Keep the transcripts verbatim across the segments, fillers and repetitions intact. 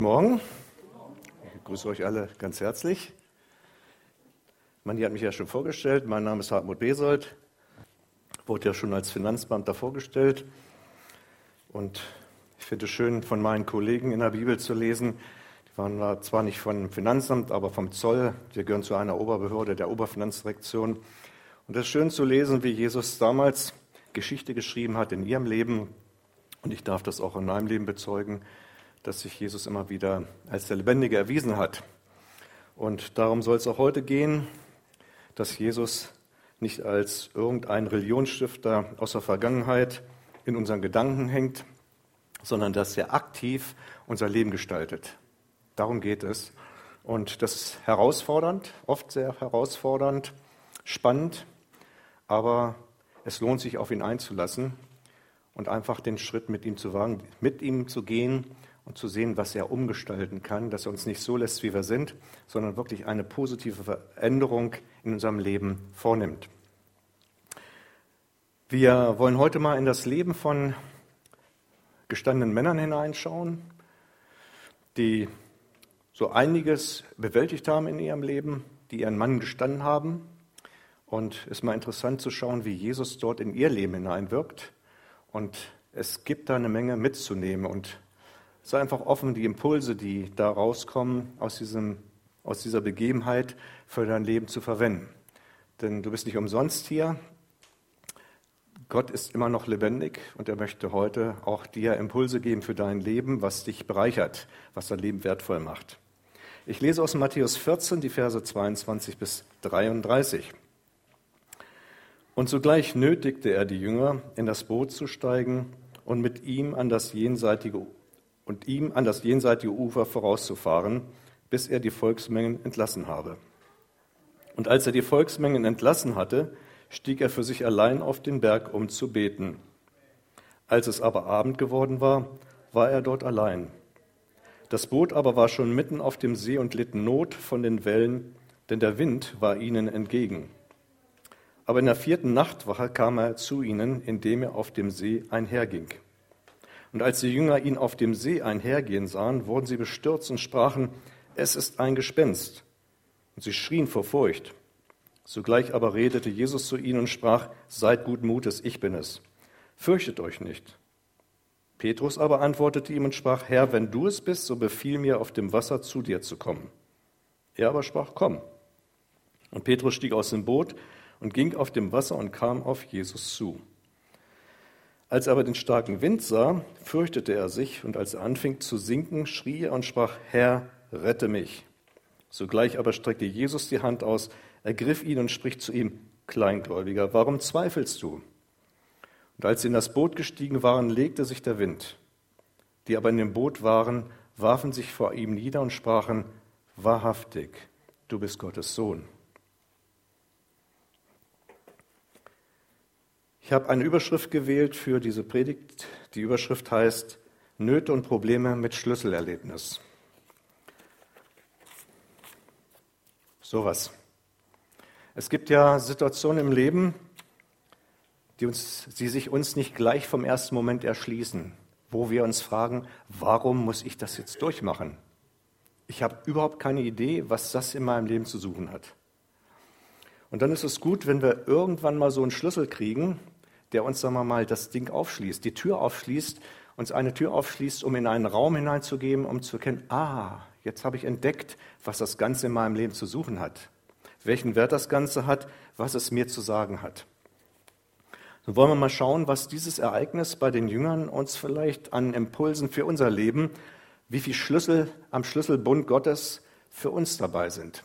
Morgen. Ich begrüße euch alle ganz herzlich. Manni hat mich ja schon vorgestellt. Mein Name ist Hartmut Besold. Wurde ja schon als Finanzbeamter vorgestellt. Und ich finde es schön, von meinen Kollegen in der Bibel zu lesen. Die waren zwar nicht vom Finanzamt, aber vom Zoll. Wir gehören zu einer Oberbehörde der Oberfinanzdirektion. Und es ist schön zu lesen, wie Jesus damals Geschichte geschrieben hat in ihrem Leben. Und ich darf das auch in meinem Leben bezeugen, dass sich Jesus immer wieder als der Lebendige erwiesen hat. Und darum soll es auch heute gehen, dass Jesus nicht als irgendein Religionsstifter aus der Vergangenheit in unseren Gedanken hängt, sondern dass er aktiv unser Leben gestaltet. Darum geht es. Und das ist herausfordernd, oft sehr herausfordernd, spannend, aber es lohnt sich, auf ihn einzulassen und einfach den Schritt mit ihm zu wagen, mit ihm zu gehen und zu sehen, was er umgestalten kann, dass er uns nicht so lässt, wie wir sind, sondern wirklich eine positive Veränderung in unserem Leben vornimmt. Wir wollen heute mal in das Leben von gestandenen Männern hineinschauen, die so einiges bewältigt haben in ihrem Leben, die ihren Mann gestanden haben. Und es ist mal interessant zu schauen, wie Jesus dort in ihr Leben hineinwirkt. Und es gibt da eine Menge mitzunehmen. Und sei einfach offen, die Impulse, die da rauskommen, aus, diesem, aus dieser Begebenheit für dein Leben zu verwenden. Denn du bist nicht umsonst hier. Gott ist immer noch lebendig und er möchte heute auch dir Impulse geben für dein Leben, was dich bereichert, was dein Leben wertvoll macht. Ich lese aus Matthäus vierzehn, die Verse zweiundzwanzig bis dreiunddreißig. Und sogleich nötigte er die Jünger, in das Boot zu steigen und mit ihm an das jenseitige und ihm an das jenseitige Ufer vorauszufahren, bis er die Volksmengen entlassen habe. Und als er die Volksmengen entlassen hatte, stieg er für sich allein auf den Berg, um zu beten. Als es aber Abend geworden war, war er dort allein. Das Boot aber war schon mitten auf dem See und litt Not von den Wellen, denn der Wind war ihnen entgegen. Aber in der vierten Nachtwache kam er zu ihnen, indem er auf dem See einherging. Und als die Jünger ihn auf dem See einhergehen sahen, wurden sie bestürzt und sprachen, es ist ein Gespenst. Und sie schrien vor Furcht. Sogleich aber redete Jesus zu ihnen und sprach, seid guten Mutes, ich bin es. Fürchtet euch nicht. Petrus aber antwortete ihm und sprach, Herr, wenn du es bist, so befiehl mir, auf dem Wasser zu dir zu kommen. Er aber sprach, komm. Und Petrus stieg aus dem Boot und ging auf dem Wasser und kam auf Jesus zu. Als er aber den starken Wind sah, fürchtete er sich, und als er anfing zu sinken, schrie er und sprach, Herr, rette mich. Sogleich aber streckte Jesus die Hand aus, ergriff ihn und spricht zu ihm, Kleingläubiger, warum zweifelst du? Und als sie in das Boot gestiegen waren, legte sich der Wind. Die aber in dem Boot waren, warfen sich vor ihm nieder und sprachen, wahrhaftig, du bist Gottes Sohn. Ich habe eine Überschrift gewählt für diese Predigt. Die Überschrift heißt Nöte und Probleme mit Schlüsselerlebnis. Sowas. Es gibt ja Situationen im Leben, die, uns, die sich uns nicht gleich vom ersten Moment erschließen, wo wir uns fragen, warum muss ich das jetzt durchmachen? Ich habe überhaupt keine Idee, was das in meinem Leben zu suchen hat. Und dann ist es gut, wenn wir irgendwann mal so einen Schlüssel kriegen, der uns, sagen wir mal, das Ding aufschließt, die Tür aufschließt, uns eine Tür aufschließt, um in einen Raum hineinzugeben, um zu erkennen, ah, jetzt habe ich entdeckt, was das Ganze in meinem Leben zu suchen hat, welchen Wert das Ganze hat, was es mir zu sagen hat. Dann wollen wir mal schauen, was dieses Ereignis bei den Jüngern uns vielleicht an Impulsen für unser Leben, wie viele Schlüssel am Schlüsselbund Gottes für uns dabei sind.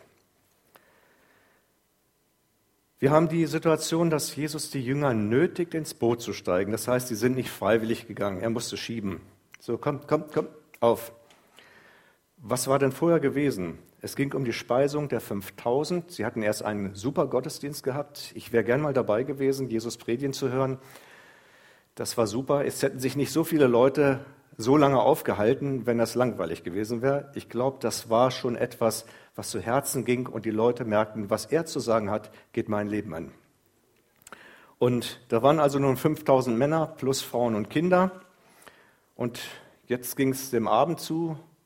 Wir haben die Situation, dass Jesus die Jünger nötigt, ins Boot zu steigen. Das heißt, sie sind nicht freiwillig gegangen. Er musste schieben. So, kommt, kommt, kommt, auf. Was war denn vorher gewesen? Es ging um die Speisung der fünftausend. Sie hatten erst einen super Gottesdienst gehabt. Ich wäre gern mal dabei gewesen, Jesus predigen zu hören. Das war super. Es hätten sich nicht so viele Leute so lange aufgehalten, wenn das langweilig gewesen wäre. Ich glaube, das war schon etwas, was zu Herzen ging und die Leute merkten, was er zu sagen hat, geht mein Leben an. Und da waren also nun fünftausend Männer plus Frauen und Kinder. Und jetzt ging es dem Abend zu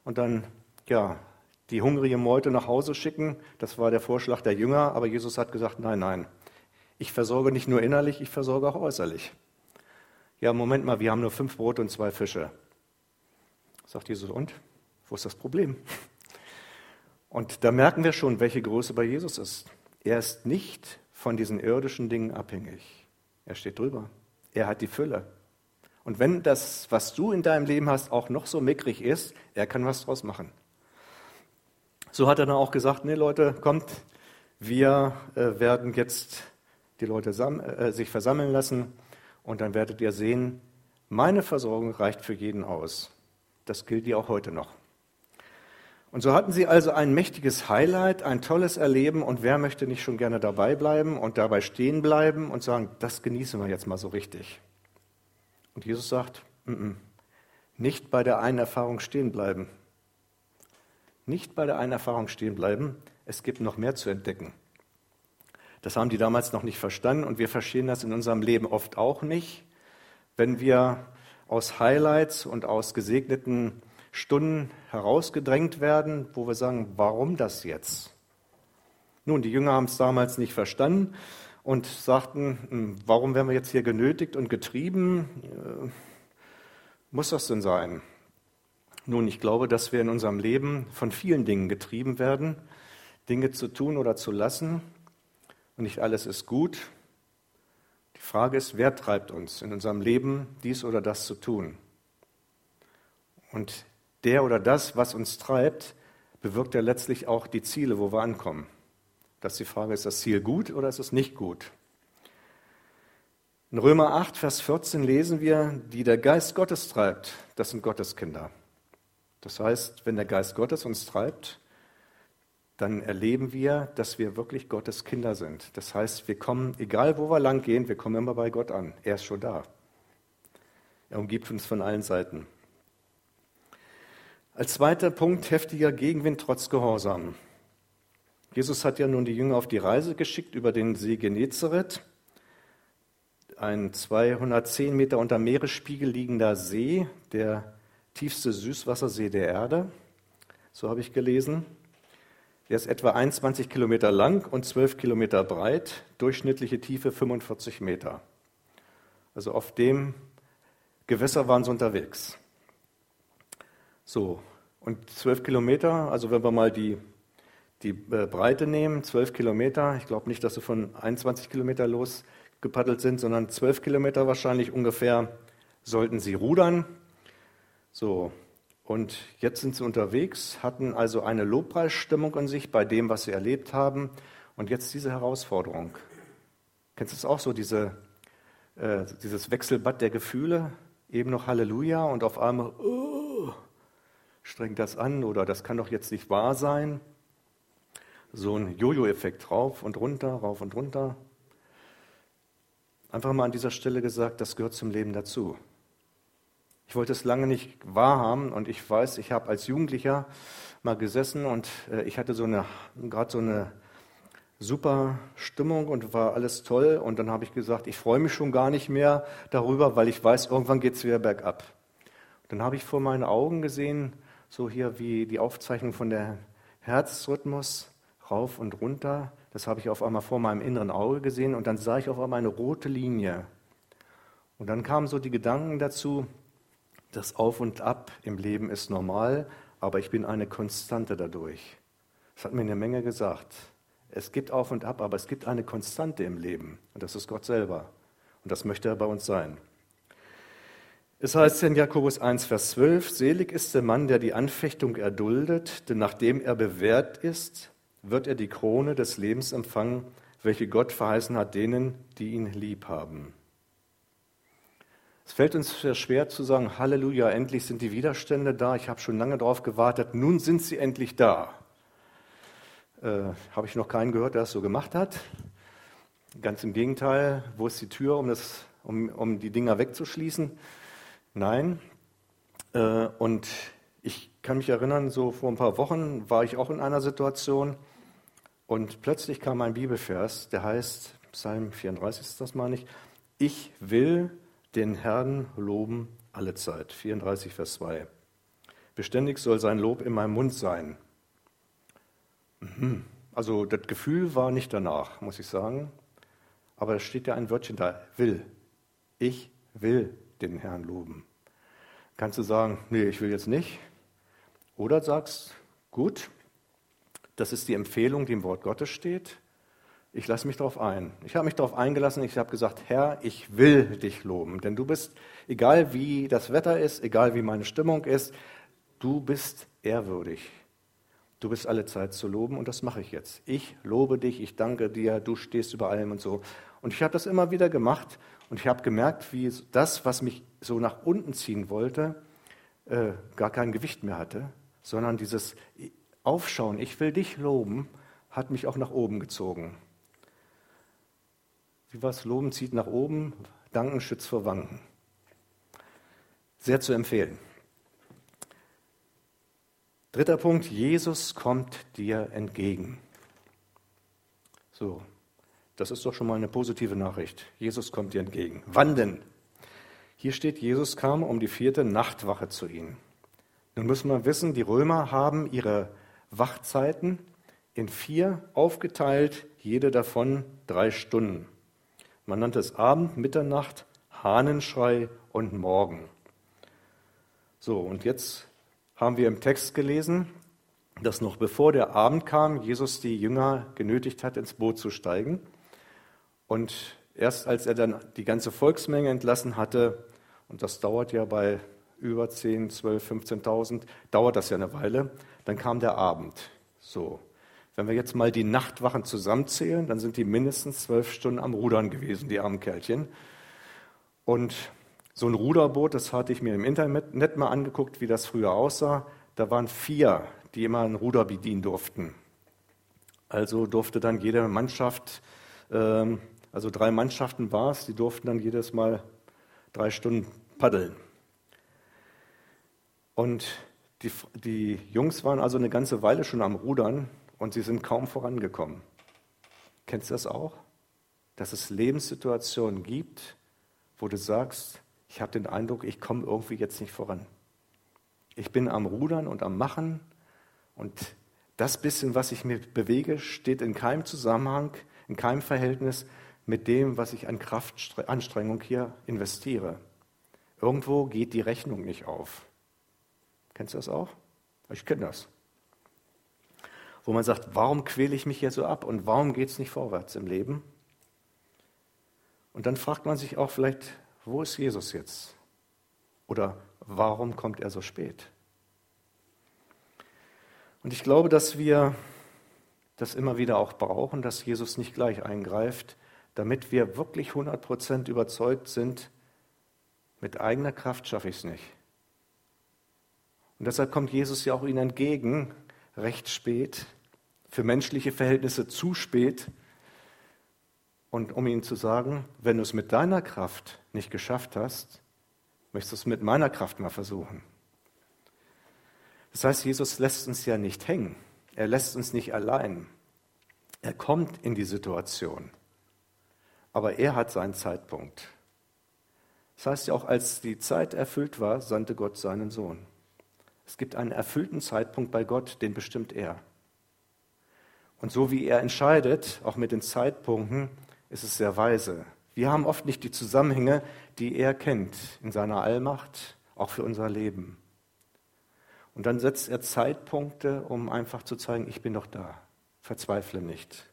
und dann, ja, die hungrige Meute nach Hause schicken. Das war der Vorschlag der Jünger, aber Jesus hat gesagt, nein, nein, ich versorge nicht nur innerlich, ich versorge auch äußerlich. Ja, Moment mal, wir haben nur fünf Brote und zwei Fische. Sagt Jesus, und? Wo ist das Problem? Und da merken wir schon, welche Größe bei Jesus ist. Er ist nicht von diesen irdischen Dingen abhängig. Er steht drüber. Er hat die Fülle. Und wenn das, was du in deinem Leben hast, auch noch so mickrig ist, er kann was draus machen. So hat er dann auch gesagt, nee Leute, kommt, wir äh, werden jetzt die Leute sam- äh, sich versammeln lassen und dann werdet ihr sehen, meine Versorgung reicht für jeden aus. Das gilt ja auch heute noch. Und so hatten sie also ein mächtiges Highlight, ein tolles Erleben und wer möchte nicht schon gerne dabei bleiben und dabei stehen bleiben und sagen, das genießen wir jetzt mal so richtig. Und Jesus sagt, n-n, nicht bei der einen Erfahrung stehen bleiben. Nicht bei der einen Erfahrung stehen bleiben, es gibt noch mehr zu entdecken. Das haben die damals noch nicht verstanden und wir verstehen das in unserem Leben oft auch nicht, wenn wir aus Highlights und aus gesegneten Stunden herausgedrängt werden, wo wir sagen, warum das jetzt? Nun, die Jünger haben es damals nicht verstanden und sagten, warum werden wir jetzt hier genötigt und getrieben? Muss das denn sein? Nun, ich glaube, dass wir in unserem Leben von vielen Dingen getrieben werden, Dinge zu tun oder zu lassen. Und nicht alles ist gut. Die Frage ist, wer treibt uns in unserem Leben, dies oder das zu tun? Und der oder das, was uns treibt, bewirkt ja letztlich auch die Ziele, wo wir ankommen. Das ist die Frage, ist das Ziel gut oder ist es nicht gut? In Römer acht, Vers vierzehn lesen wir, die der Geist Gottes treibt, das sind Gottes Kinder. Das heißt, wenn der Geist Gottes uns treibt, dann erleben wir, dass wir wirklich Gottes Kinder sind. Das heißt, wir kommen, egal wo wir lang gehen, wir kommen immer bei Gott an. Er ist schon da. Er umgibt uns von allen Seiten. Als zweiter Punkt, heftiger Gegenwind trotz Gehorsam. Jesus hat ja nun die Jünger auf die Reise geschickt über den See Genezareth, ein zweihundertzehn Meter unter Meeresspiegel liegender See, der tiefste Süßwassersee der Erde, so habe ich gelesen. Der ist etwa einundzwanzig Kilometer lang und zwölf Kilometer breit, durchschnittliche Tiefe fünfundvierzig Meter. Also auf dem Gewässer waren sie unterwegs. So, und zwölf Kilometer, also wenn wir mal die, die äh, Breite nehmen, zwölf Kilometer, ich glaube nicht, dass sie von einundzwanzig Kilometer losgepaddelt sind, sondern zwölf Kilometer wahrscheinlich ungefähr sollten sie rudern. So, und jetzt sind sie unterwegs, hatten also eine Lobpreisstimmung in sich bei dem, was sie erlebt haben. Und jetzt diese Herausforderung. Kennst du es auch so, diese, äh, dieses Wechselbad der Gefühle? Eben noch Halleluja und auf einmal, oh, strengt das an oder das kann doch jetzt nicht wahr sein. So ein Jojo-Effekt rauf und runter, rauf und runter. Einfach mal an dieser Stelle gesagt, das gehört zum Leben dazu. Ich wollte es lange nicht wahrhaben und ich weiß, ich habe als Jugendlicher mal gesessen und äh, ich hatte so eine, gerade so eine super Stimmung und war alles toll und dann habe ich gesagt, ich freue mich schon gar nicht mehr darüber, weil ich weiß, irgendwann geht es wieder bergab. Dann habe ich vor meinen Augen gesehen, so hier wie die Aufzeichnung von der Herzrhythmus, rauf und runter, das habe ich auf einmal vor meinem inneren Auge gesehen und dann sah ich auf einmal eine rote Linie. Und dann kamen so die Gedanken dazu, das Auf und Ab im Leben ist normal, aber ich bin eine Konstante dadurch. Das hat mir eine Menge gesagt. Es gibt Auf und Ab, aber es gibt eine Konstante im Leben und das ist Gott selber. Und das möchte er bei uns sein. Es heißt in Jakobus eins, Vers zwölf, selig ist der Mann, der die Anfechtung erduldet, denn nachdem er bewährt ist, wird er die Krone des Lebens empfangen, welche Gott verheißen hat denen, die ihn lieb haben. Es fällt uns sehr schwer zu sagen, Halleluja, endlich sind die Widerstände da, ich habe schon lange darauf gewartet, nun sind sie endlich da. Äh, habe ich noch keinen gehört, der das so gemacht hat. Ganz im Gegenteil, wo ist die Tür, um, das, um, um die Dinger wegzuschließen? Nein. Äh, und ich kann mich erinnern, so vor ein paar Wochen war ich auch in einer Situation und plötzlich kam ein Bibelvers, der heißt, Psalm vierunddreißig ist das, meine ich, ich will den Herrn loben alle Zeit. vierunddreißig, Vers zwei. Beständig soll sein Lob in meinem Mund sein. Mhm. Also das Gefühl war nicht danach, muss ich sagen. Aber da steht ja ein Wörtchen da, will. Ich will den Herrn loben. Kannst du sagen, nee, ich will jetzt nicht. Oder sagst, gut, das ist die Empfehlung, die im Wort Gottes steht. Ich lasse mich darauf ein. Ich habe mich darauf eingelassen, ich habe gesagt, Herr, ich will dich loben. Denn du bist, egal wie das Wetter ist, egal wie meine Stimmung ist, du bist ehrwürdig. Du bist alle Zeit zu loben und das mache ich jetzt. Ich lobe dich, ich danke dir, du stehst über allem und so. Und ich habe das immer wieder gemacht und ich habe gemerkt, wie das, was mich so nach unten ziehen wollte, äh, gar kein Gewicht mehr hatte, sondern dieses Aufschauen, ich will dich loben, hat mich auch nach oben gezogen. Wie war es? Loben zieht nach oben, danken schützt vor Wanken. Sehr zu empfehlen. Dritter Punkt, Jesus kommt dir entgegen. So, das ist doch schon mal eine positive Nachricht. Jesus kommt dir entgegen. Wann denn? Hier steht, Jesus kam um die vierte Nachtwache zu ihnen. Nun müssen wir wissen, die Römer haben ihre Wachzeiten in vier aufgeteilt, jede davon drei Stunden. Man nannte es Abend, Mitternacht, Hahnenschrei und Morgen. So, und jetzt haben wir im Text gelesen, dass noch bevor der Abend kam, Jesus die Jünger genötigt hat, ins Boot zu steigen. Und erst als er dann die ganze Volksmenge entlassen hatte, und das dauert ja bei über zehn, zwölf, fünfzehntausend, dauert das ja eine Weile, dann kam der Abend. So, wenn wir jetzt mal die Nachtwachen zusammenzählen, dann sind die mindestens zwölf Stunden am Rudern gewesen, die armen Kerlchen. Und so ein Ruderboot, das hatte ich mir im Internet mal angeguckt, wie das früher aussah. Da waren vier, die immer ein Ruder bedienen durften. Also durfte dann jede Mannschaft, ähm, also drei Mannschaften war es, die durften dann jedes Mal drei Stunden paddeln. Und die, die Jungs waren also eine ganze Weile schon am Rudern und sie sind kaum vorangekommen. Kennst du das auch? Dass es Lebenssituationen gibt, wo du sagst, ich habe den Eindruck, ich komme irgendwie jetzt nicht voran. Ich bin am Rudern und am Machen und das bisschen, was ich mir bewege, steht in keinem Zusammenhang, in keinem Verhältnis mit dem, was ich an Kraftanstrengung hier investiere. Irgendwo geht die Rechnung nicht auf. Kennst du das auch? Ich kenne das. Wo man sagt, warum quäle ich mich hier so ab und warum geht es nicht vorwärts im Leben? Und dann fragt man sich auch vielleicht, wo ist Jesus jetzt? Oder warum kommt er so spät? Und ich glaube, dass wir das immer wieder auch brauchen, dass Jesus nicht gleich eingreift, damit wir wirklich hundert Prozent überzeugt sind, mit eigener Kraft schaffe ich es nicht. Und deshalb kommt Jesus ja auch ihnen entgegen, recht spät, für menschliche Verhältnisse zu spät, und um ihnen zu sagen, wenn du es mit deiner Kraft nicht geschafft hast, möchtest du es mit meiner Kraft mal versuchen. Das heißt, Jesus lässt uns ja nicht hängen. Er lässt uns nicht allein. Er kommt in die Situation. Aber er hat seinen Zeitpunkt. Das heißt ja auch, als die Zeit erfüllt war, sandte Gott seinen Sohn. Es gibt einen erfüllten Zeitpunkt bei Gott, den bestimmt er. Und so wie er entscheidet, auch mit den Zeitpunkten, ist es sehr weise. Wir haben oft nicht die Zusammenhänge, die er kennt in seiner Allmacht, auch für unser Leben. Und dann setzt er Zeitpunkte, um einfach zu zeigen, ich bin doch da, verzweifle nicht.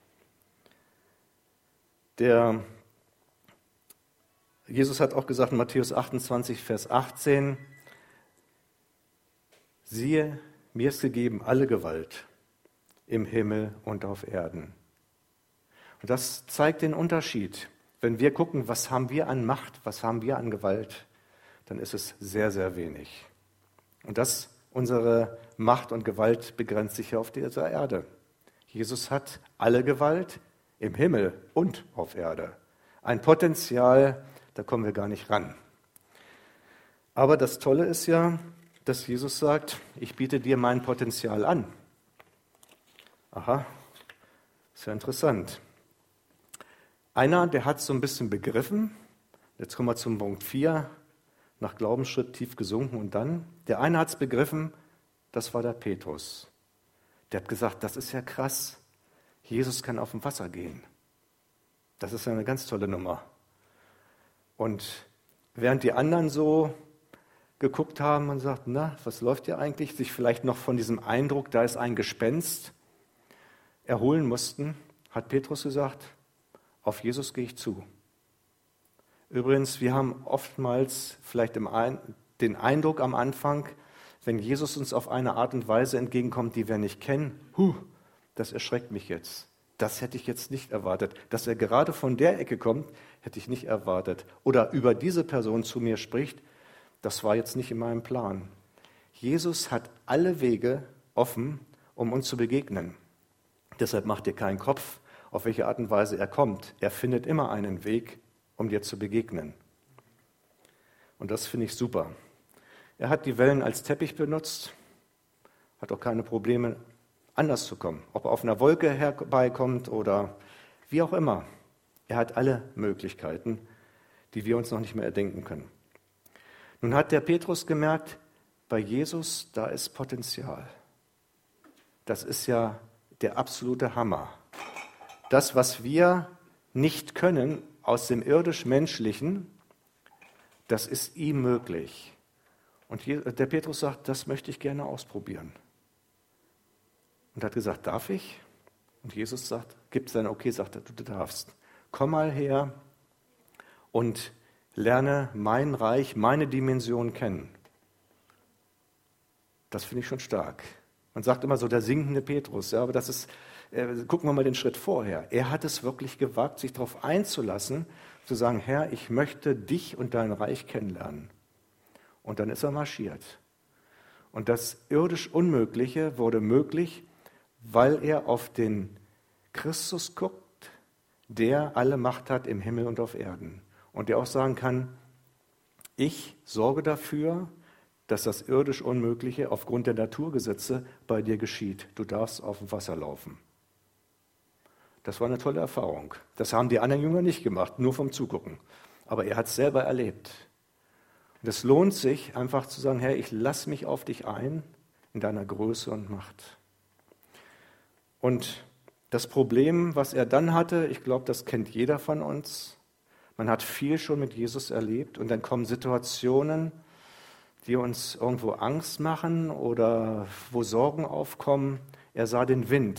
Der Jesus hat auch gesagt in Matthäus achtundzwanzig, Vers achtzehn, siehe, mir ist gegeben alle Gewalt im Himmel und auf Erden. Und das zeigt den Unterschied. Wenn wir gucken, was haben wir an Macht, was haben wir an Gewalt, dann ist es sehr, sehr wenig. Und das, unsere Macht und Gewalt begrenzt sich ja auf dieser Erde. Jesus hat alle Gewalt im Himmel und auf Erde. Ein Potenzial, da kommen wir gar nicht ran. Aber das Tolle ist ja, dass Jesus sagt, ich biete dir mein Potenzial an. Aha, ist ja interessant. Einer, der hat es so ein bisschen begriffen, jetzt kommen wir zum Punkt vier, nach Glaubensschritt tief gesunken. Und dann, der eine hat es begriffen, das war der Petrus. Der hat gesagt, das ist ja krass. Jesus kann auf dem Wasser gehen. Das ist ja eine ganz tolle Nummer. Und während die anderen so geguckt haben und sagten, na, was läuft hier eigentlich, sich vielleicht noch von diesem Eindruck, da ist ein Gespenst, erholen mussten, hat Petrus gesagt, auf Jesus gehe ich zu. Übrigens, wir haben oftmals vielleicht im Ein- den Eindruck am Anfang, wenn Jesus uns auf eine Art und Weise entgegenkommt, die wir nicht kennen, huh, das erschreckt mich jetzt. Das hätte ich jetzt nicht erwartet. Dass er gerade von der Ecke kommt, hätte ich nicht erwartet. Oder über diese Person zu mir spricht, das war jetzt nicht in meinem Plan. Jesus hat alle Wege offen, um uns zu begegnen. Deshalb mach dir keinen Kopf, auf welche Art und Weise er kommt. Er findet immer einen Weg, um dir zu begegnen. Und das finde ich super. Er hat die Wellen als Teppich benutzt, hat auch keine Probleme, anders zu kommen. Ob er auf einer Wolke herbeikommt oder wie auch immer. Er hat alle Möglichkeiten, die wir uns noch nicht mehr erdenken können. Nun hat der Petrus gemerkt, bei Jesus, da ist Potenzial. Das ist ja der absolute Hammer. Das, was wir nicht können aus dem irdisch-menschlichen, das ist ihm möglich. Und der Petrus sagt, das möchte ich gerne ausprobieren. Und er hat gesagt, darf ich? Und Jesus sagt, gibt sein Okay, sagt er, du darfst. Komm mal her und lerne mein Reich, meine Dimension kennen. Das finde ich schon stark. Man sagt immer so, der sinkende Petrus, ja, aber das ist, äh, gucken wir mal den Schritt vorher. Er hat es wirklich gewagt, sich darauf einzulassen, zu sagen, Herr, ich möchte dich und dein Reich kennenlernen. Und dann ist er marschiert. Und das irdisch Unmögliche wurde möglich, weil er auf den Christus guckt, der alle Macht hat im Himmel und auf Erden. Und der auch sagen kann, ich sorge dafür, dass das irdisch Unmögliche aufgrund der Naturgesetze bei dir geschieht. Du darfst auf dem Wasser laufen. Das war eine tolle Erfahrung. Das haben die anderen Jünger nicht gemacht, nur vom Zugucken. Aber er hat es selber erlebt. Und es lohnt sich, einfach zu sagen, Herr, ich lasse mich auf dich ein, in deiner Größe und Macht. Und das Problem, was er dann hatte, ich glaube, das kennt jeder von uns. Man hat viel schon mit Jesus erlebt und dann kommen Situationen, die uns irgendwo Angst machen oder wo Sorgen aufkommen. Er sah den Wind.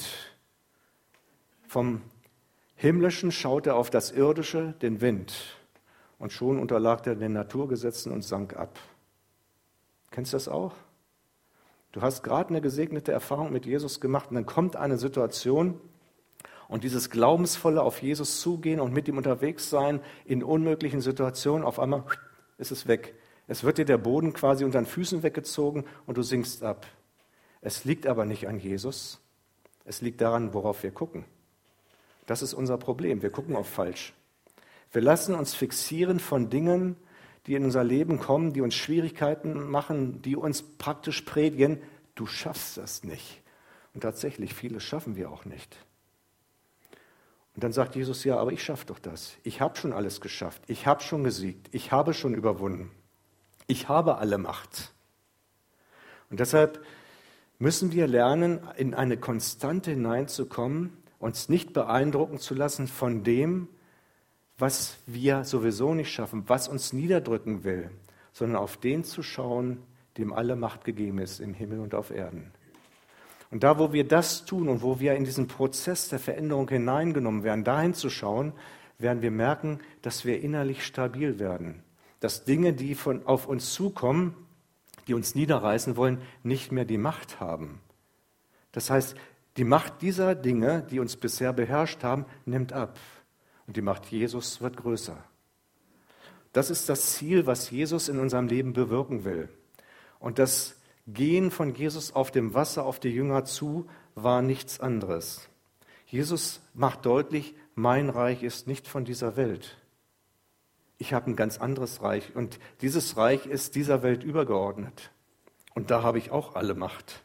Vom Himmlischen schaut er auf das Irdische, den Wind. Und schon unterlag er den Naturgesetzen und sank ab. Kennst du das auch? Du hast gerade eine gesegnete Erfahrung mit Jesus gemacht und dann kommt eine Situation und dieses glaubensvolle auf Jesus zugehen und mit ihm unterwegs sein in unmöglichen Situationen, auf einmal ist es weg. Es wird dir der Boden quasi unter den Füßen weggezogen und du sinkst ab. Es liegt aber nicht an Jesus, es liegt daran, worauf wir gucken. Das ist unser Problem, wir gucken auf falsch. Wir lassen uns fixieren von Dingen, die in unser Leben kommen, die uns Schwierigkeiten machen, die uns praktisch predigen, du schaffst das nicht. Und tatsächlich, vieles schaffen wir auch nicht. Und dann sagt Jesus, ja, aber ich schaffe doch das. Ich habe schon alles geschafft. Ich habe schon gesiegt. Ich habe schon überwunden. Ich habe alle Macht. Und deshalb müssen wir lernen, in eine Konstante hineinzukommen, uns nicht beeindrucken zu lassen von dem, was wir sowieso nicht schaffen, was uns niederdrücken will, sondern auf den zu schauen, dem alle Macht gegeben ist, im Himmel und auf Erden. Und da, wo wir das tun und wo wir in diesen Prozess der Veränderung hineingenommen werden, dahin zu schauen, werden wir merken, dass wir innerlich stabil werden. Dass Dinge, die von, auf uns zukommen, die uns niederreißen wollen, nicht mehr die Macht haben. Das heißt, die Macht dieser Dinge, die uns bisher beherrscht haben, nimmt ab. Und die Macht Jesus wird größer. Das ist das Ziel, was Jesus in unserem Leben bewirken will. Und das Gehen von Jesus auf dem Wasser auf die Jünger zu, war nichts anderes. Jesus macht deutlich, mein Reich ist nicht von dieser Welt. Ich habe ein ganz anderes Reich und dieses Reich ist dieser Welt übergeordnet. Und da habe ich auch alle Macht.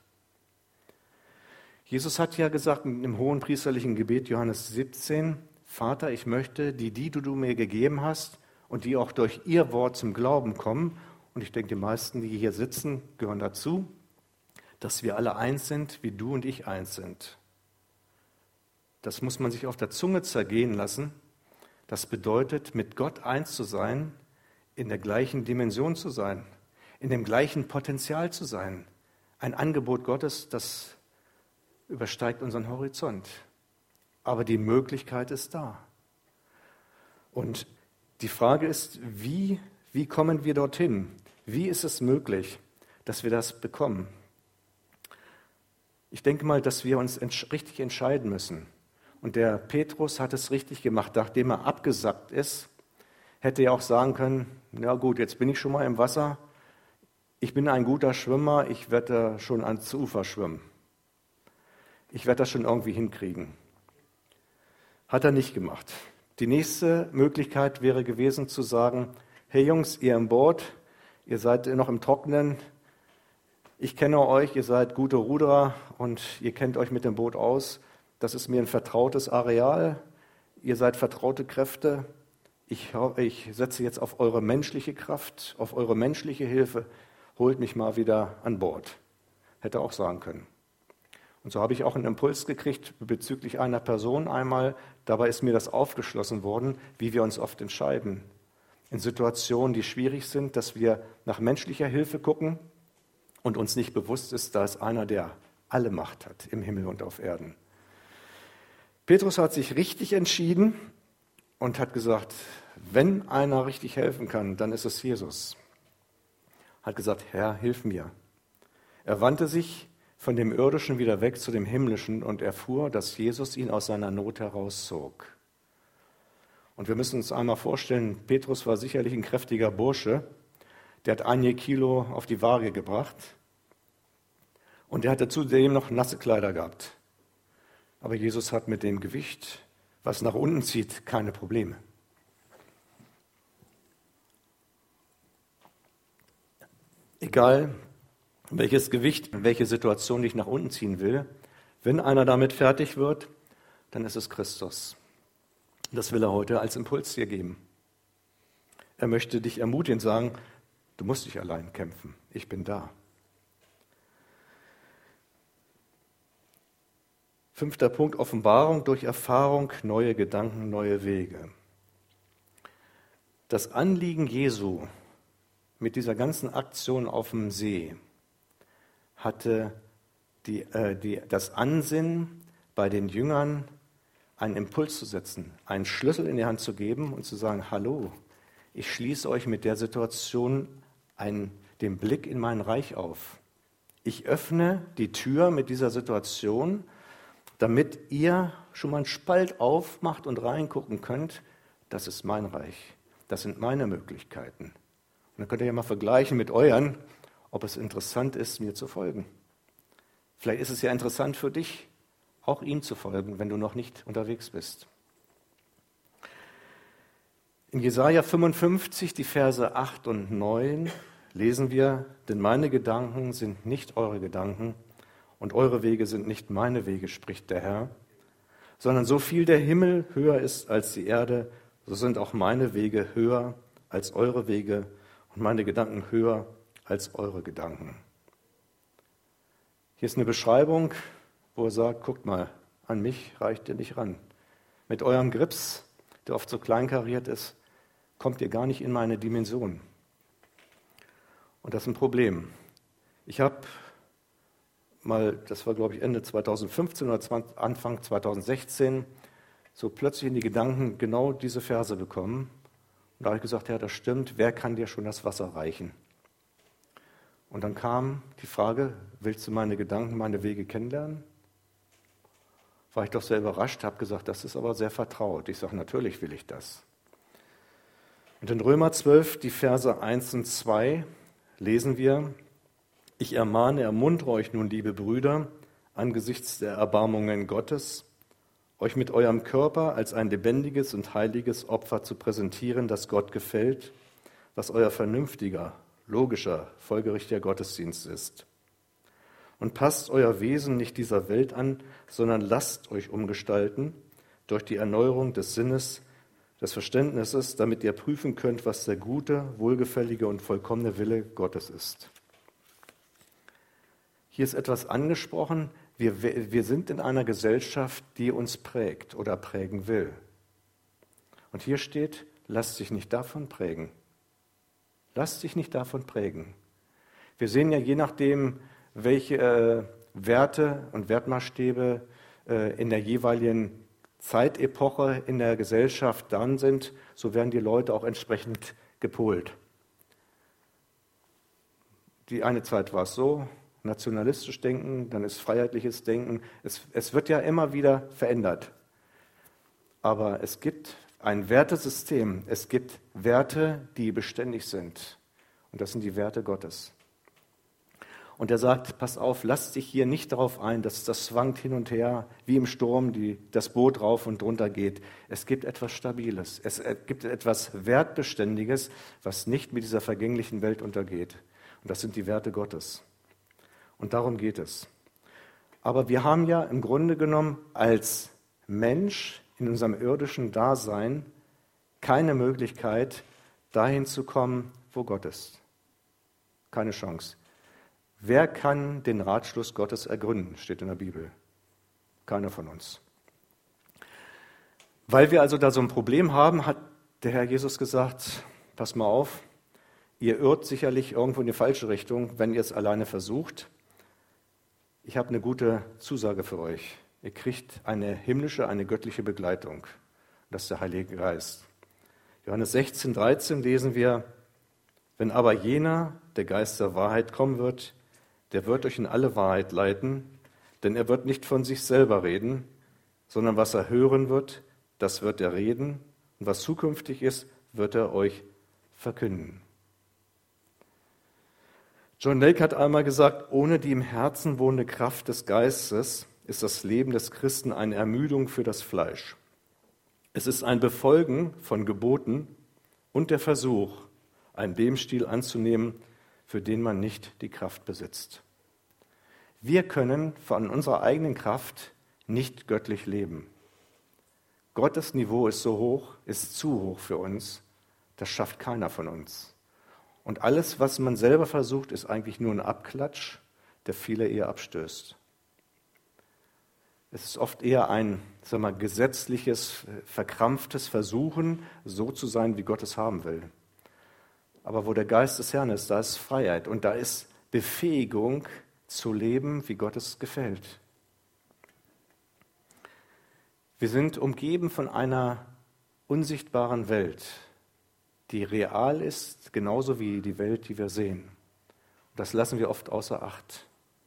Jesus hat ja gesagt im hohenpriesterlichen Gebet Johannes siebzehn, Vater, ich möchte die, die du mir gegeben hast und die auch durch ihr Wort zum Glauben kommen. und ich denke, die meisten, die hier sitzen, gehören dazu, dass wir alle eins sind, wie du und ich eins sind. Das muss man sich auf der Zunge zergehen lassen. Das bedeutet, mit Gott eins zu sein, in der gleichen Dimension zu sein, in dem gleichen Potenzial zu sein. Ein Angebot Gottes, das übersteigt unseren Horizont. Aber die Möglichkeit ist da. Und die Frage ist, wie, wie kommen wir dorthin? Wie ist es möglich, dass wir das bekommen? Ich denke mal, dass wir uns entsch- richtig entscheiden müssen. Und der Petrus hat es richtig gemacht, nachdem er abgesackt ist, hätte er auch sagen können, ja gut, jetzt bin ich schon mal im Wasser, ich bin ein guter Schwimmer, ich werde schon ans Ufer schwimmen. Ich werde das schon irgendwie hinkriegen. Hat er nicht gemacht. Die nächste Möglichkeit wäre gewesen zu sagen, hey Jungs, ihr im Boot, ihr seid noch im Trockenen, ich kenne euch, ihr seid gute Ruderer und ihr kennt euch mit dem Boot aus. Das ist mir ein vertrautes Areal, ihr seid vertraute Kräfte. Ich, ich setze jetzt auf eure menschliche Kraft, auf eure menschliche Hilfe, holt mich mal wieder an Bord. Hätte auch sagen können. Und so habe ich auch einen Impuls gekriegt bezüglich einer Person einmal. Dabei ist mir das aufgeschlossen worden, wie wir uns oft entscheiden. In Situationen, die schwierig sind, dass wir nach menschlicher Hilfe gucken und uns nicht bewusst ist, da ist einer, der alle Macht hat im Himmel und auf Erden. Petrus hat sich richtig entschieden und hat gesagt, wenn einer richtig helfen kann, dann ist es Jesus. Hat gesagt, Herr, hilf mir. Er wandte sich von dem Irdischen wieder weg zu dem Himmlischen und erfuhr, dass Jesus ihn aus seiner Not herauszog. Und wir müssen uns einmal vorstellen, Petrus war sicherlich ein kräftiger Bursche, der hat einige Kilo auf die Waage gebracht und der hatte zudem noch nasse Kleider gehabt. Aber Jesus hat mit dem Gewicht, was nach unten zieht, keine Probleme. Egal, welches Gewicht, welche Situation dich nach unten ziehen will, wenn einer damit fertig wird, dann ist es Christus. Das will er heute als Impuls dir geben. Er möchte dich ermutigen, sagen, du musst nicht allein kämpfen, ich bin da. Fünfter Punkt, Offenbarung durch Erfahrung, neue Gedanken, neue Wege. Das Anliegen Jesu mit dieser ganzen Aktion auf dem See hatte die, äh, die, das Ansinnen, bei den Jüngern einen Impuls zu setzen, einen Schlüssel in die Hand zu geben und zu sagen, hallo, ich schließe euch mit der Situation einen, den Blick in mein Reich auf. Ich öffne die Tür mit dieser Situation, damit ihr schon mal einen Spalt aufmacht und reingucken könnt, das ist mein Reich, das sind meine Möglichkeiten. Und dann könnt ihr ja mal vergleichen mit euren, ob es interessant ist, mir zu folgen. Vielleicht ist es ja interessant für dich, auch ihm zu folgen, wenn du noch nicht unterwegs bist. In Jesaja fünfundfünfzig, die Verse acht und neun, lesen wir, denn meine Gedanken sind nicht eure Gedanken und eure Wege sind nicht meine Wege, spricht der Herr, sondern so viel der Himmel höher ist als die Erde, so sind auch meine Wege höher als eure Wege und meine Gedanken höher als eure Gedanken. Hier ist eine Beschreibung, wo er sagt, guckt mal, an mich reicht ihr nicht ran. Mit eurem Grips, der oft so kleinkariert ist, kommt ihr gar nicht in meine Dimension. Und das ist ein Problem. Ich habe mal, das war glaube ich Ende zweitausendfünfzehn oder Anfang zweitausendsechzehn, so plötzlich in die Gedanken genau diese Verse bekommen. Und da habe ich gesagt, ja, das stimmt, wer kann dir schon das Wasser reichen? Und dann kam die Frage, willst du meine Gedanken, meine Wege kennenlernen? War ich doch sehr überrascht, habe gesagt, das ist aber sehr vertraut. Ich sage, natürlich will ich das. Und in Römer zwölf, die Verse eins und zwei, lesen wir, ich ermahne, ermuntere euch nun, liebe Brüder, angesichts der Erbarmungen Gottes, euch mit eurem Körper als ein lebendiges und heiliges Opfer zu präsentieren, das Gott gefällt, was euer vernünftiger, logischer, folgerichtiger Gottesdienst ist. Und passt euer Wesen nicht dieser Welt an, sondern lasst euch umgestalten durch die Erneuerung des Sinnes, des Verständnisses, damit ihr prüfen könnt, was der gute, wohlgefällige und vollkommene Wille Gottes ist. Hier ist etwas angesprochen. Wir, wir sind in einer Gesellschaft, die uns prägt oder prägen will. Und hier steht, lasst dich nicht davon prägen. Lasst dich nicht davon prägen. Wir sehen ja je nachdem, welche äh, Werte und Wertmaßstäbe äh, in der jeweiligen Zeitepoche in der Gesellschaft dran sind, so werden die Leute auch entsprechend gepolt. Die eine Zeit war es so, nationalistisch denken, dann ist freiheitliches Denken. Es, es wird ja immer wieder verändert. Aber es gibt ein Wertesystem, es gibt Werte, die beständig sind. Und das sind die Werte Gottes. Und er sagt, pass auf, lass dich hier nicht darauf ein, dass das schwankt hin und her, wie im Sturm, die, das Boot rauf und runter geht. Es gibt etwas Stabiles, es gibt etwas Wertbeständiges, was nicht mit dieser vergänglichen Welt untergeht. Und das sind die Werte Gottes. Und darum geht es. Aber wir haben ja im Grunde genommen als Mensch in unserem irdischen Dasein keine Möglichkeit, dahin zu kommen, wo Gott ist. Keine Chance. Wer kann den Ratschluss Gottes ergründen, steht in der Bibel. Keiner von uns. Weil wir also da so ein Problem haben, hat der Herr Jesus gesagt, pass mal auf, ihr irrt sicherlich irgendwo in die falsche Richtung, wenn ihr es alleine versucht. Ich habe eine gute Zusage für euch. Ihr kriegt eine himmlische, eine göttliche Begleitung. Das ist der Heilige Geist. Johannes sechzehn, dreizehn lesen wir, wenn aber jener, der Geist der Wahrheit, kommen wird, der wird euch in alle Wahrheit leiten, denn er wird nicht von sich selber reden, sondern was er hören wird, das wird er reden, und was zukünftig ist, wird er euch verkünden. John Lake hat einmal gesagt, ohne die im Herzen wohnende Kraft des Geistes ist das Leben des Christen eine Ermüdung für das Fleisch. Es ist ein Befolgen von Geboten und der Versuch, einen Lebensstil anzunehmen, für den man nicht die Kraft besitzt. Wir können von unserer eigenen Kraft nicht göttlich leben. Gottes Niveau ist so hoch, ist zu hoch für uns, das schafft keiner von uns. Und alles, was man selber versucht, ist eigentlich nur ein Abklatsch, der viele eher abstößt. Es ist oft eher ein, sagen wir mal, gesetzliches, verkrampftes Versuchen, so zu sein, wie Gott es haben will. Aber wo der Geist des Herrn ist, da ist Freiheit und da ist Befähigung zu leben, wie Gott es gefällt. Wir sind umgeben von einer unsichtbaren Welt, die real ist, genauso wie die Welt, die wir sehen. Das lassen wir oft außer Acht.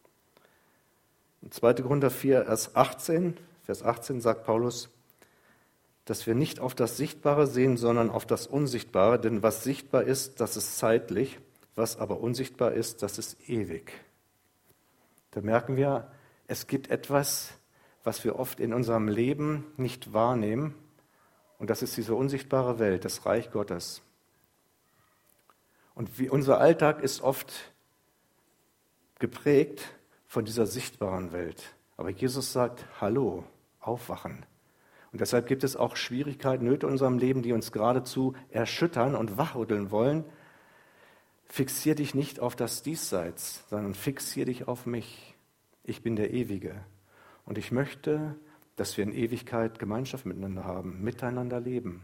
In zweiter Korinther vier, Vers achtzehn, Vers achtzehn sagt Paulus, dass wir nicht auf das Sichtbare sehen, sondern auf das Unsichtbare, denn was sichtbar ist, das ist zeitlich, was aber unsichtbar ist, das ist ewig. Da merken wir, es gibt etwas, was wir oft in unserem Leben nicht wahrnehmen, und das ist diese unsichtbare Welt, das Reich Gottes. Und wie unser Alltag ist oft geprägt von dieser sichtbaren Welt. Aber Jesus sagt, hallo, aufwachen. Und deshalb gibt es auch Schwierigkeiten, Nöte in unserem Leben, die uns geradezu erschüttern und wachrütteln wollen. Fixier dich nicht auf das Diesseits, sondern fixier dich auf mich. Ich bin der Ewige. Und ich möchte, dass wir in Ewigkeit Gemeinschaft miteinander haben, miteinander leben.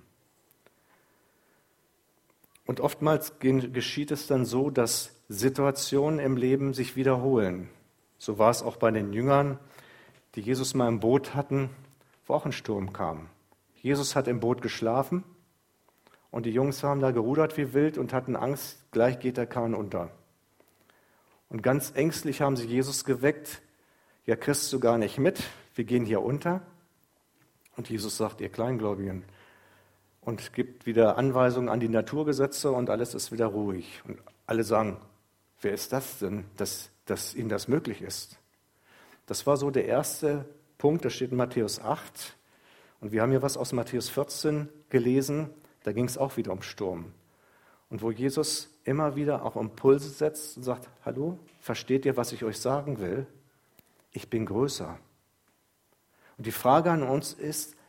Und oftmals geschieht es dann so, dass Situationen im Leben sich wiederholen. So war es auch bei den Jüngern, die Jesus mal im Boot hatten, wo auch ein Sturm kam. Jesus hat im Boot geschlafen und die Jungs haben da gerudert wie wild und hatten Angst, gleich geht der Kahn unter. Und ganz ängstlich haben sie Jesus geweckt, ja, kriegst du gar nicht mit, wir gehen hier unter. Und Jesus sagt, ihr Kleingläubigen, und gibt wieder Anweisungen an die Naturgesetze und alles ist wieder ruhig. Und alle sagen, wer ist das denn, dass, dass ihnen das möglich ist? Das war so der erste Punkt, das steht in Matthäus acht. Und wir haben hier was aus Matthäus vierzehn gelesen, da ging es auch wieder um Sturm. Und wo Jesus immer wieder auch Impulse setzt und sagt, hallo, versteht ihr, was ich euch sagen will? Ich bin größer. Und die Frage an uns ist,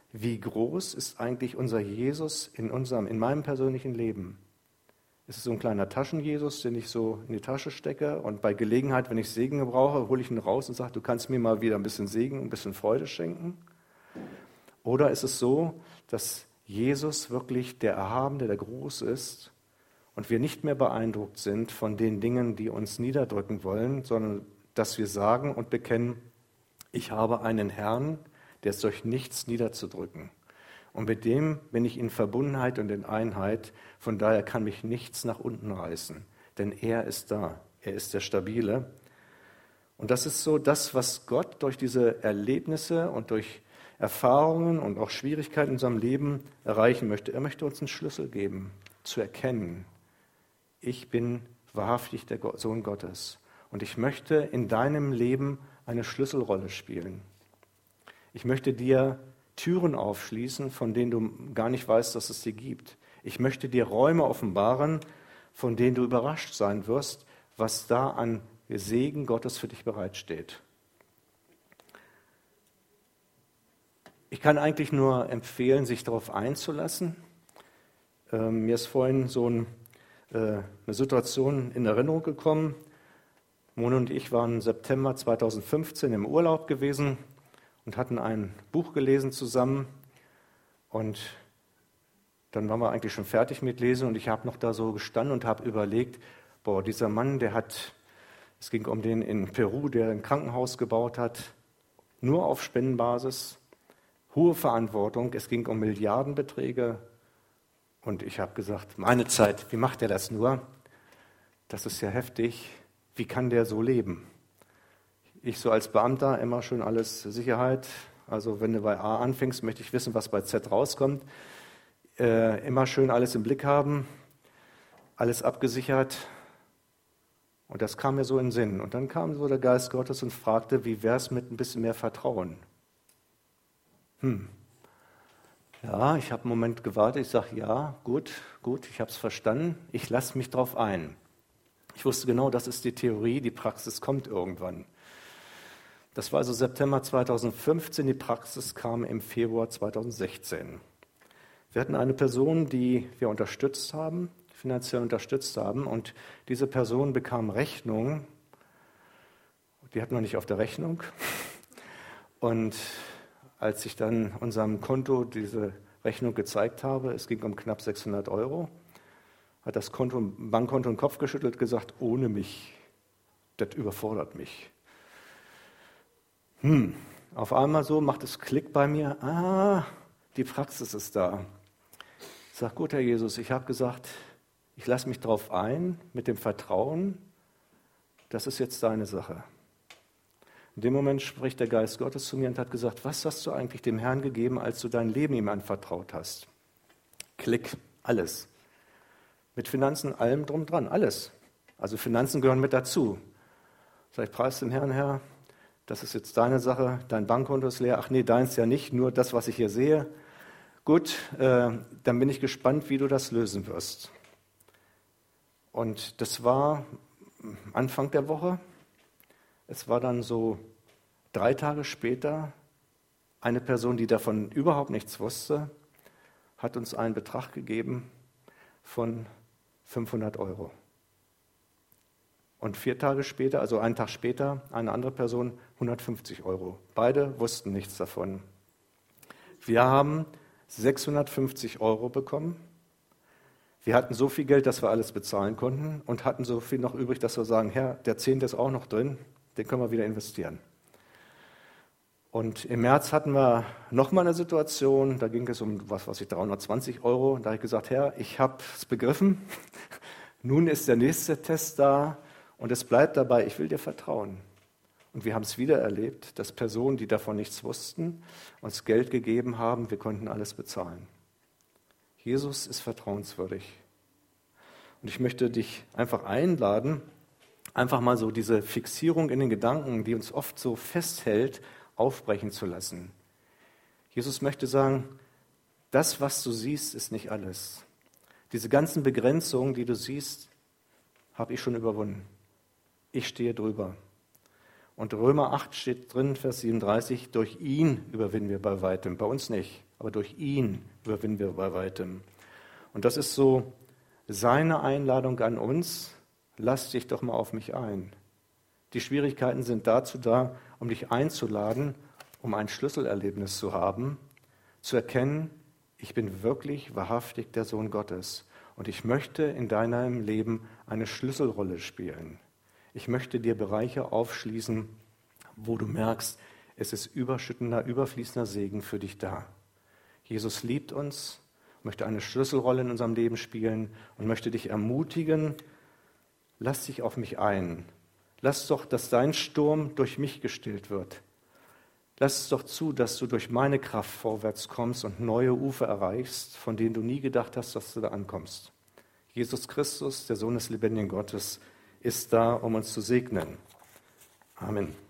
wie groß ist eigentlich unser Jesus in unserem, in meinem persönlichen Leben? Ist es so ein kleiner Taschen-Jesus, den ich so in die Tasche stecke und bei Gelegenheit, wenn ich Segen brauche, hole ich ihn raus und sage, du kannst mir mal wieder ein bisschen Segen, ein bisschen Freude schenken? Oder ist es so, dass Jesus wirklich der Erhabene, der groß ist und wir nicht mehr beeindruckt sind von den Dingen, die uns niederdrücken wollen, sondern dass wir sagen und bekennen, ich habe einen Herrn, der ist durch nichts niederzudrücken. Und mit dem bin ich in Verbundenheit und in Einheit. Von daher kann mich nichts nach unten reißen. Denn er ist da. Er ist der Stabile. Und das ist so das, was Gott durch diese Erlebnisse und durch Erfahrungen und auch Schwierigkeiten in unserem Leben erreichen möchte. Er möchte uns einen Schlüssel geben, zu erkennen, ich bin wahrhaftig der Sohn Gottes. Und ich möchte in deinem Leben eine Schlüsselrolle spielen. Ich möchte dir Türen aufschließen, von denen du gar nicht weißt, dass es sie gibt. Ich möchte dir Räume offenbaren, von denen du überrascht sein wirst, was da an Segen Gottes für dich bereitsteht. Ich kann eigentlich nur empfehlen, sich darauf einzulassen. Ähm, mir ist vorhin so ein, äh, eine Situation in Erinnerung gekommen. Mona und ich waren im September zweitausendfünfzehn im Urlaub gewesen und hatten ein Buch gelesen zusammen. Und dann waren wir eigentlich schon fertig mit Lesen und ich habe noch da so gestanden und habe überlegt, boah, dieser Mann, der hat, es ging um den in Peru, der ein Krankenhaus gebaut hat, nur auf Spendenbasis, hohe Verantwortung, es ging um Milliardenbeträge. Und ich habe gesagt, meine Zeit, wie macht er das nur? Das ist ja heftig, wie kann der so leben? Ich so als Beamter immer schon alles Sicherheit, also wenn du bei A anfängst, möchte ich wissen, was bei Z rauskommt. Äh, immer schön alles im Blick haben, alles abgesichert. Und das kam mir so in den Sinn. Und dann kam so der Geist Gottes und fragte, wie wäre es mit ein bisschen mehr Vertrauen? Hm. Ja, ich habe einen Moment gewartet. Ich sage, ja, gut, gut, ich habe es verstanden. Ich lasse mich drauf ein. Ich wusste genau, das ist die Theorie, die Praxis kommt irgendwann. Das war also September zweitausendfünfzehn, die Praxis kam im Februar zweitausendsechzehn. Wir hatten eine Person, die wir unterstützt haben, finanziell unterstützt haben, und diese Person bekam Rechnungen, die hatten wir nicht auf der Rechnung. Und als ich dann unserem Konto diese Rechnung gezeigt habe, es ging um knapp sechshundert Euro, hat das Konto, Bankkonto den Kopf geschüttelt und gesagt, ohne mich, das überfordert mich. Hm, auf einmal so macht es Klick bei mir, ah, die Praxis ist da. Ich sage, gut, Herr Jesus, ich habe gesagt, ich lasse mich darauf ein, mit dem Vertrauen, das ist jetzt deine Sache. In dem Moment spricht der Geist Gottes zu mir und hat gesagt, was hast du eigentlich dem Herrn gegeben, als du dein Leben ihm anvertraut hast? Klick, alles. Mit Finanzen, allem drum dran, alles. Also Finanzen gehören mit dazu. Sag ich, preis den Herrn, Herr, das ist jetzt deine Sache, dein Bankkonto ist leer. Ach nee, deins ja nicht, nur das, was ich hier sehe. Gut, äh, dann bin ich gespannt, wie du das lösen wirst. Und das war Anfang der Woche. Es war dann so drei Tage später, eine Person, die davon überhaupt nichts wusste, hat uns einen Betrag gegeben von fünfhundert Euro. Und vier Tage später, also einen Tag später, eine andere Person hundertfünfzig Euro. Beide wussten nichts davon. Wir haben sechshundertfünfzig Euro bekommen. Wir hatten so viel Geld, dass wir alles bezahlen konnten und hatten so viel noch übrig, dass wir sagen, Herr, der Zehnte ist auch noch drin, den können wir wieder investieren. Und im März hatten wir nochmal eine Situation, da ging es um, was weiß ich, dreihundertzwanzig Euro. Und da habe ich gesagt, Herr, ich habe es begriffen, nun ist der nächste Test da und es bleibt dabei, ich will dir vertrauen. Und wir haben es wieder erlebt, dass Personen, die davon nichts wussten, uns Geld gegeben haben, wir konnten alles bezahlen. Jesus ist vertrauenswürdig. Und ich möchte dich einfach einladen, einfach mal so diese Fixierung in den Gedanken, die uns oft so festhält, aufbrechen zu lassen. Jesus möchte sagen, das, was du siehst, ist nicht alles. Diese ganzen Begrenzungen, die du siehst, habe ich schon überwunden. Ich stehe drüber. Und Römer acht steht drin, Vers siebenunddreißig, durch ihn überwinden wir bei weitem, bei uns nicht. aber durch ihn überwinden wir bei weitem. Und das ist so seine Einladung an uns, lass dich doch mal auf mich ein. Die Schwierigkeiten sind dazu da, um dich einzuladen, um ein Schlüsselerlebnis zu haben, zu erkennen, ich bin wirklich wahrhaftig der Sohn Gottes und ich möchte in deinem Leben eine Schlüsselrolle spielen. Ich möchte dir Bereiche aufschließen, wo du merkst, es ist überschüttender, überfließender Segen für dich da. Jesus liebt uns, möchte eine Schlüsselrolle in unserem Leben spielen und möchte dich ermutigen, lass dich auf mich ein. Lass doch, dass dein Sturm durch mich gestillt wird. Lass es doch zu, dass du durch meine Kraft vorwärts kommst und neue Ufer erreichst, von denen du nie gedacht hast, dass du da ankommst. Jesus Christus, der Sohn des lebendigen Gottes, ist da, um uns zu segnen. Amen.